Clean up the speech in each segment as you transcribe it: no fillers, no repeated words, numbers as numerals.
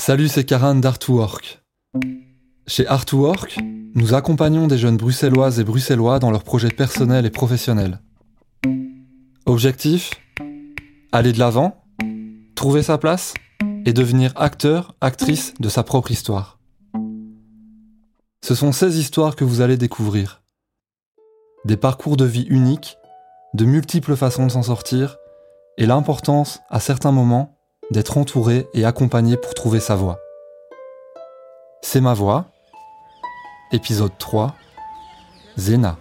Salut, c'est Karan d'Art2Work. Chez Art2Work, nous accompagnons des jeunes bruxelloises et bruxellois dans leurs projets personnels et professionnels. Objectif ? Aller de l'avant, trouver sa place et devenir acteur, actrice de sa propre histoire. Ce sont ces histoires que vous allez découvrir. Des parcours de vie uniques, de multiples façons de s'en sortir et l'importance, à certains moments, d'être entouré et accompagné pour trouver sa voie. C'est ma voix, épisode 3, Zena.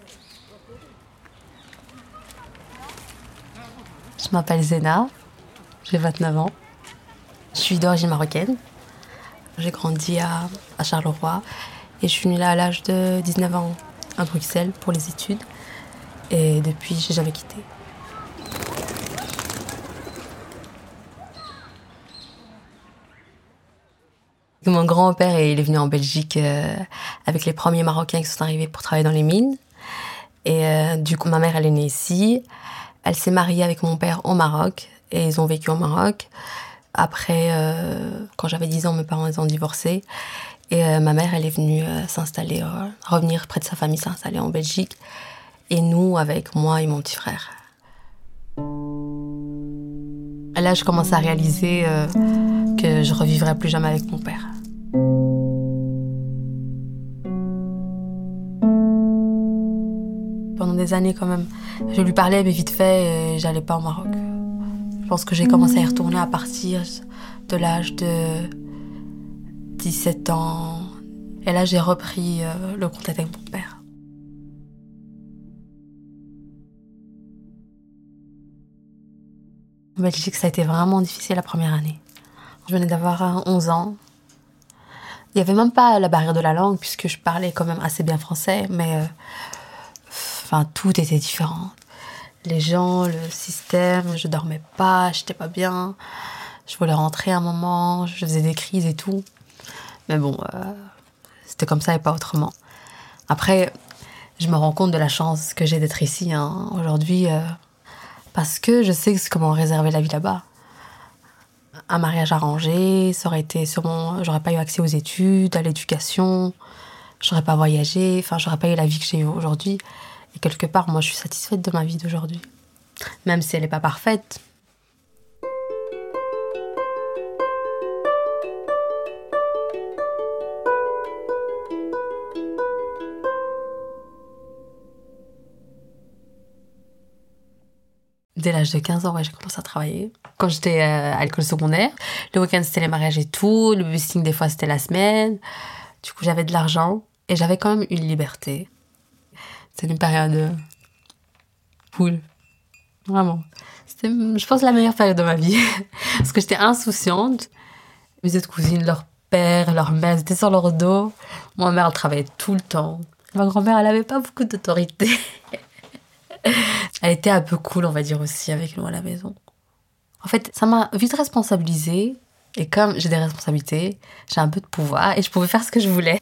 Je m'appelle Zena, j'ai 29 ans, je suis d'origine marocaine. J'ai grandi à Charleroi et je suis venue là à l'âge de 19 ans à Bruxelles pour les études. Et depuis, j'ai jamais quitté. Mon grand-père, il est venu en Belgique avec les premiers Marocains qui sont arrivés pour travailler dans les mines. Et du coup, ma mère, elle est née ici. Elle s'est mariée avec mon père au Maroc et ils ont vécu au Maroc. Après, quand j'avais 10 ans, mes parents ils ont divorcé. Et ma mère, elle est venue s'installer, revenir près de sa famille, s'installer en Belgique. Et nous, avec moi et mon petit frère. Et là, je commence à réaliser que je revivrai plus jamais avec mon père. Pendant des années, quand même, je lui parlais, mais vite fait, et j'allais pas au Maroc. Je pense que j'ai commencé à y retourner à partir de l'âge de 17 ans. Et là, j'ai repris le contact avec mon père. En Belgique, ça a été vraiment difficile la première année. Je venais d'avoir 11 ans. Il n'y avait même pas la barrière de la langue, puisque je parlais quand même assez bien français, mais tout était différent. Les gens, le système, je dormais pas, j'étais pas bien. Je voulais rentrer un moment, je faisais des crises et tout. Mais bon, c'était comme ça et pas autrement. Après, je me rends compte de la chance que j'ai d'être ici aujourd'hui, parce que je sais comment réserver la vie là-bas. Un mariage arrangé, ça aurait été sûrement, j'aurais pas eu accès aux études, à l'éducation, j'aurais pas voyagé, j'aurais pas eu la vie que j'ai eue aujourd'hui. Et quelque part, moi, je suis satisfaite de ma vie d'aujourd'hui. Même si elle n'est pas parfaite. Dès l'âge de 15 ans, j'ai commencé à travailler. Quand j'étais à l'école secondaire, le week-end, c'était les mariages et tout. Le busing, des fois, c'était la semaine. Du coup, j'avais de l'argent et j'avais quand même une liberté. C'était une période cool. Vraiment. C'était, je pense, la meilleure période de ma vie. Parce que j'étais insouciante. Mes autres cousines, leur père, leur mère, étaient sur leur dos. Ma mère, elle travaillait tout le temps. Ma grand-mère, elle avait pas beaucoup d'autorité. Elle était un peu cool, on va dire, aussi, avec nous à la maison. En fait, ça m'a vite responsabilisée. Et comme j'ai des responsabilités, j'ai un peu de pouvoir et je pouvais faire ce que je voulais.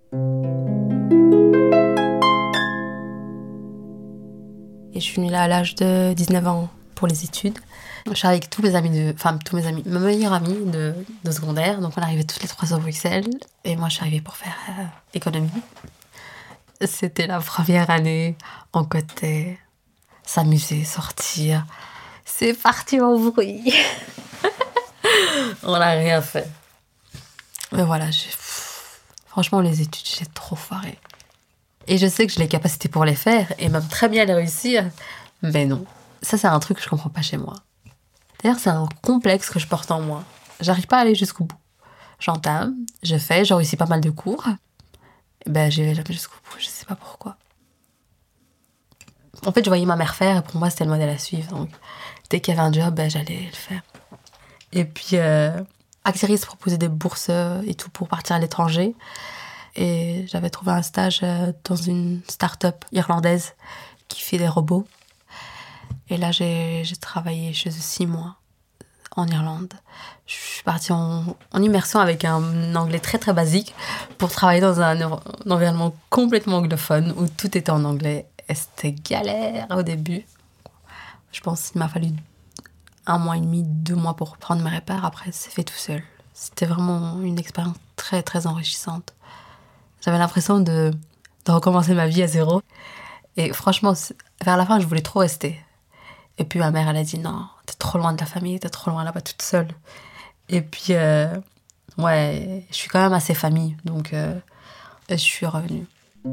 Et je suis venue là à l'âge de 19 ans pour les études. Je suis avec tous mes amis, ma meilleure amie de secondaire. Donc on arrivait toutes les 3 à Bruxelles. Et moi, je suis arrivée pour faire économie. C'était la première année. On cotait, s'amuser, sortir. C'est parti en bruit. On n'a rien fait. Mais voilà, franchement, les études, j'ai trop foiré. Et je sais que j'ai les capacités pour les faire, et même très bien les réussir. Mais non. Ça, c'est un truc que je comprends pas chez moi. D'ailleurs, c'est un complexe que je porte en moi. J'arrive pas à aller jusqu'au bout. J'entame, je fais, j'ai réussi pas mal de cours. Et j'y vais jamais jusqu'au bout, je sais pas pourquoi. En fait, je voyais ma mère faire, et pour moi, c'était le modèle à suivre. Donc, dès qu'il y avait un job, j'allais le faire. Et puis, Actiris proposait des bourses et tout pour partir à l'étranger. Et j'avais trouvé un stage dans une start-up irlandaise qui fait des robots. Et là, j'ai travaillé chez eux 6 mois en Irlande. Je suis partie en immersion avec un anglais très très basique pour travailler dans un environnement complètement anglophone où tout était en anglais. Et c'était galère au début. Je pense qu'il m'a fallu 1 mois et demi, 2 mois pour prendre mes repères. Après, c'est fait tout seul. C'était vraiment une expérience très, très enrichissante. J'avais l'impression de recommencer ma vie à zéro. Et franchement, vers la fin, je voulais trop rester. Et puis ma mère, elle a dit non, t'es trop loin de la famille, t'es trop loin là-bas toute seule. Et puis, ouais, je suis quand même assez famille, donc je suis revenue.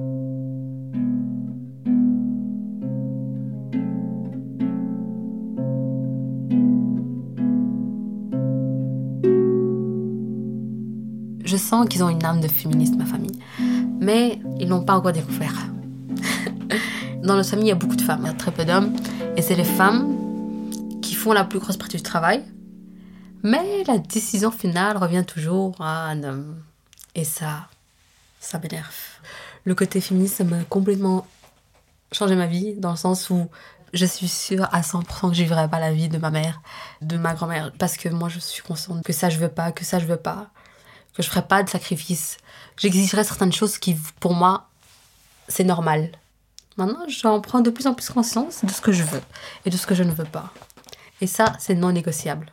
Je sens qu'ils ont une âme de féministe, ma famille. Mais ils l'ont pas encore découvert. Dans notre famille, il y a beaucoup de femmes, il y a très peu d'hommes. Et c'est les femmes qui font la plus grosse partie du travail. Mais la décision finale revient toujours à un homme. Et ça m'énerve. Le côté féministe, ça m'a complètement changé ma vie, dans le sens où je suis sûre à 100% que je vivrai pas la vie de ma mère, de ma grand-mère. Parce que moi, je suis consciente que ça, je veux pas, que ça, je veux pas. Que je ferai pas de sacrifice. J'exigerai certaines choses qui, pour moi, c'est normal. Maintenant, j'en prends de plus en plus conscience de ce que je veux et de ce que je ne veux pas. Et ça, c'est non négociable.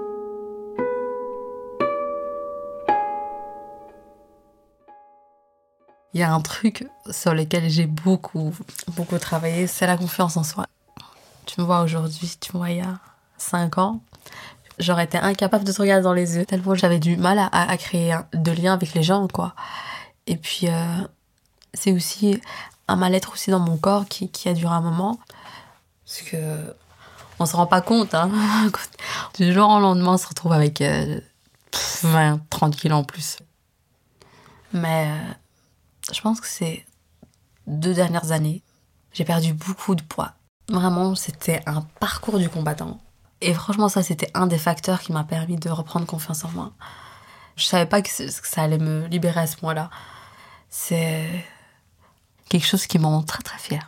Il y a un truc sur lequel j'ai beaucoup travaillé, c'est la confiance en soi. Tu me vois aujourd'hui, tu me vois il y a 5 ans, j'aurais été incapable de te regarder dans les yeux, tellement j'avais du mal à créer de liens avec les gens, quoi. Et puis, c'est aussi un mal-être aussi dans mon corps qui a duré un moment. Parce que on se rend pas compte, hein. Du jour au lendemain, on se retrouve avec 20, 30 kilos en plus. Mais je pense que ces 2 dernières années, j'ai perdu beaucoup de poids. Vraiment, c'était un parcours du combattant. Et franchement, ça, c'était un des facteurs qui m'a permis de reprendre confiance en moi. Je savais pas que ça allait me libérer à ce point-là. C'est quelque chose qui me rend très très fière.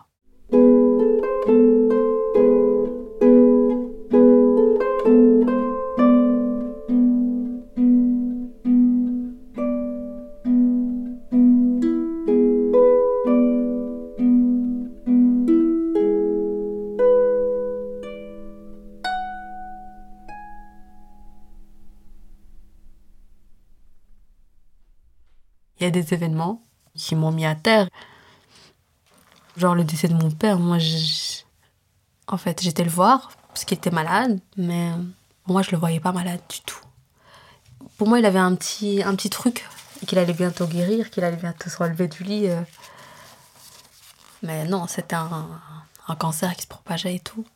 Il y a des événements qui m'ont mis à terre. Genre le décès de mon père, moi, en fait, j'étais le voir parce qu'il était malade, mais moi, je le voyais pas malade du tout. Pour moi, il avait un petit truc, qu'il allait bientôt guérir, qu'il allait bientôt se relever du lit. Mais non, c'était un cancer qui se propageait et tout.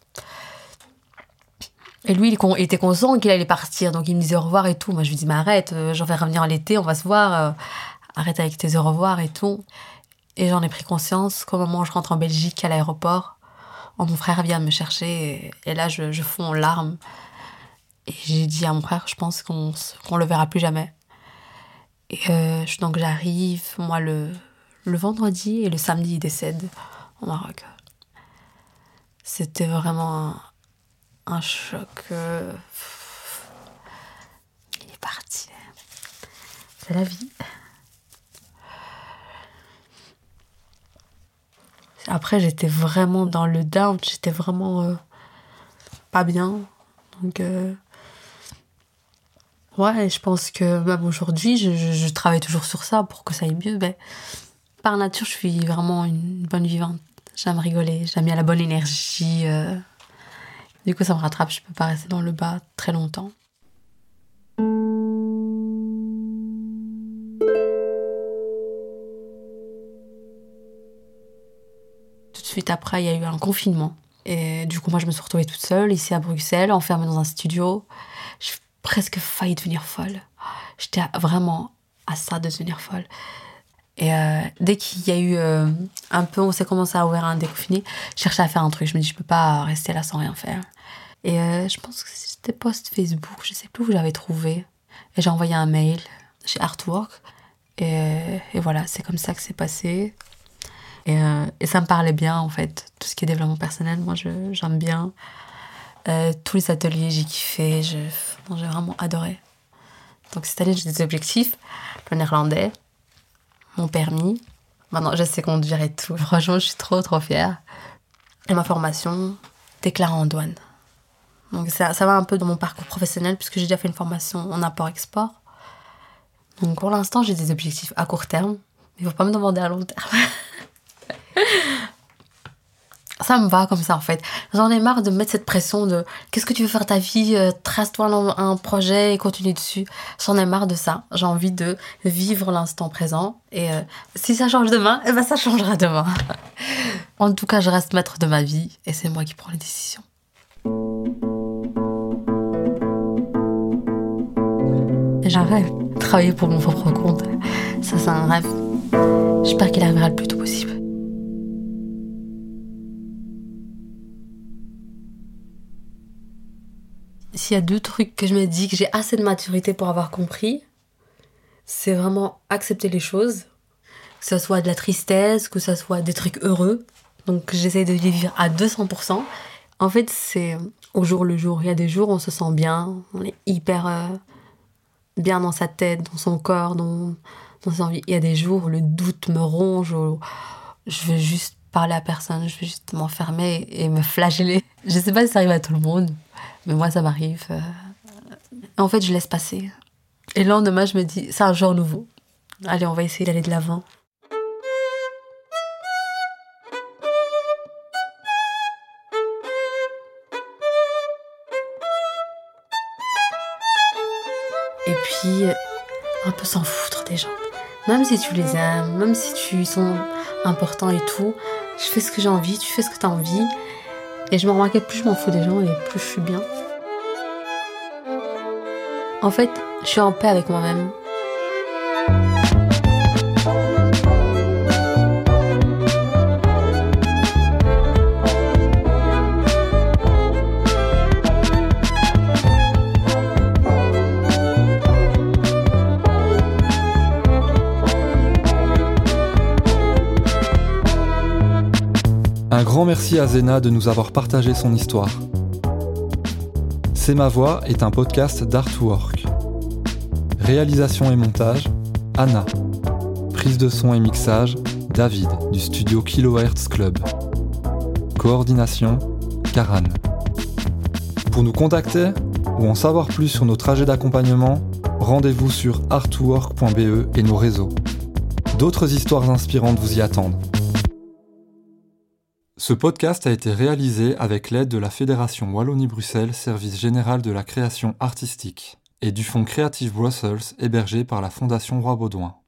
Et lui, il était conscient qu'il allait partir, donc il me disait au revoir et tout. Moi, je lui dis, mais arrête, j'en vais revenir en été, on va se voir. Arrête avec tes au revoir et tout. Et j'en ai pris conscience qu'au moment où je rentre en Belgique, à l'aéroport, mon frère vient me chercher et là, je fonds en larmes. Et j'ai dit à mon frère, je pense qu'on le verra plus jamais. Et donc j'arrive, moi, le vendredi et le samedi, il décède au Maroc. C'était vraiment un choc. Il est parti. C'est la vie. Après, j'étais vraiment dans le down, j'étais vraiment pas bien. Donc, ouais, je pense que même aujourd'hui, je travaille toujours sur ça pour que ça aille mieux. Mais par nature, je suis vraiment une bonne vivante. J'aime rigoler, j'aime bien la bonne énergie. Du coup, ça me rattrape, je peux pas rester dans le bas très longtemps. Tout de suite après, il y a eu un confinement. Et du coup, moi, je me suis retrouvée toute seule, ici à Bruxelles, enfermée dans un studio. J'ai presque failli devenir folle. J'étais vraiment à ça de devenir folle. Et dès qu'il y a eu un peu, on s'est commencé à ouvrir un déconfiné, je cherchais à faire un truc. Je me dis, je peux pas rester là sans rien faire. Et je pense que c'était post Facebook, je sais plus où j'avais trouvé. Et j'ai envoyé un mail chez Artwork. Et voilà, c'est comme ça que c'est passé. Et ça me parlait bien, en fait. Tout ce qui est développement personnel, moi, j'aime bien. Tous les ateliers, j'ai kiffé. J'ai vraiment adoré. Donc, cette année, j'ai des objectifs. Le néerlandais, mon permis. Maintenant, je sais conduire et tout. Franchement, je suis trop, trop fière. Et ma formation, déclarant en douane. Donc, ça va un peu dans mon parcours professionnel, puisque j'ai déjà fait une formation en import-export. Donc pour l'instant, j'ai des objectifs à court terme. Il ne faut pas me demander à long terme. Ça me va comme ça en fait. J'en ai marre de me mettre cette pression de qu'est-ce que tu veux faire de ta vie, trace-toi un projet et continue dessus. J'en ai marre de ça. J'ai envie de vivre l'instant présent et si ça change demain, eh ben ça changera demain. En tout cas, je reste maître de ma vie et c'est moi qui prends les décisions. J'ai un rêve, travailler pour mon propre compte. Ça, c'est un rêve. J'espère qu'il arrivera le plus tôt possible. S'il y a 2 trucs que je me dis que j'ai assez de maturité pour avoir compris, c'est vraiment accepter les choses, que ce soit de la tristesse, que ce soit des trucs heureux. Donc j'essaie de les vivre à 200%. En fait, c'est au jour le jour. Il y a des jours où on se sent bien, on est hyper bien dans sa tête, dans son corps, dans ses envies. Il y a des jours où le doute me ronge, où je veux juste parler à personne, je veux juste m'enfermer et me flageller. Je sais pas si ça arrive à tout le monde, mais moi ça m'arrive. En fait, je laisse passer. Et le lendemain, je me dis, c'est un jour nouveau. Allez, on va essayer d'aller de l'avant. Et puis, un peu s'en foutre des gens. Même si tu les aimes, même si ils sont importants et tout, je fais ce que j'ai envie, tu fais ce que tu as envie. Et je me remarque que plus je m'en fous des gens et plus je suis bien. En fait, je suis en paix avec moi-même. Un grand merci à Zena de nous avoir partagé son histoire. C'est ma voix est un podcast d'Artwork. Réalisation et montage, Anna. Prise de son et mixage, David, du studio Kilohertz Club. Coordination, Karan. Pour nous contacter ou en savoir plus sur nos trajets d'accompagnement, rendez-vous sur artwork.be et nos réseaux. D'autres histoires inspirantes vous y attendent. Ce podcast a été réalisé avec l'aide de la Fédération Wallonie-Bruxelles Service Général de la Création Artistique et du Fonds Creative Brussels hébergé par la Fondation Roi Baudouin.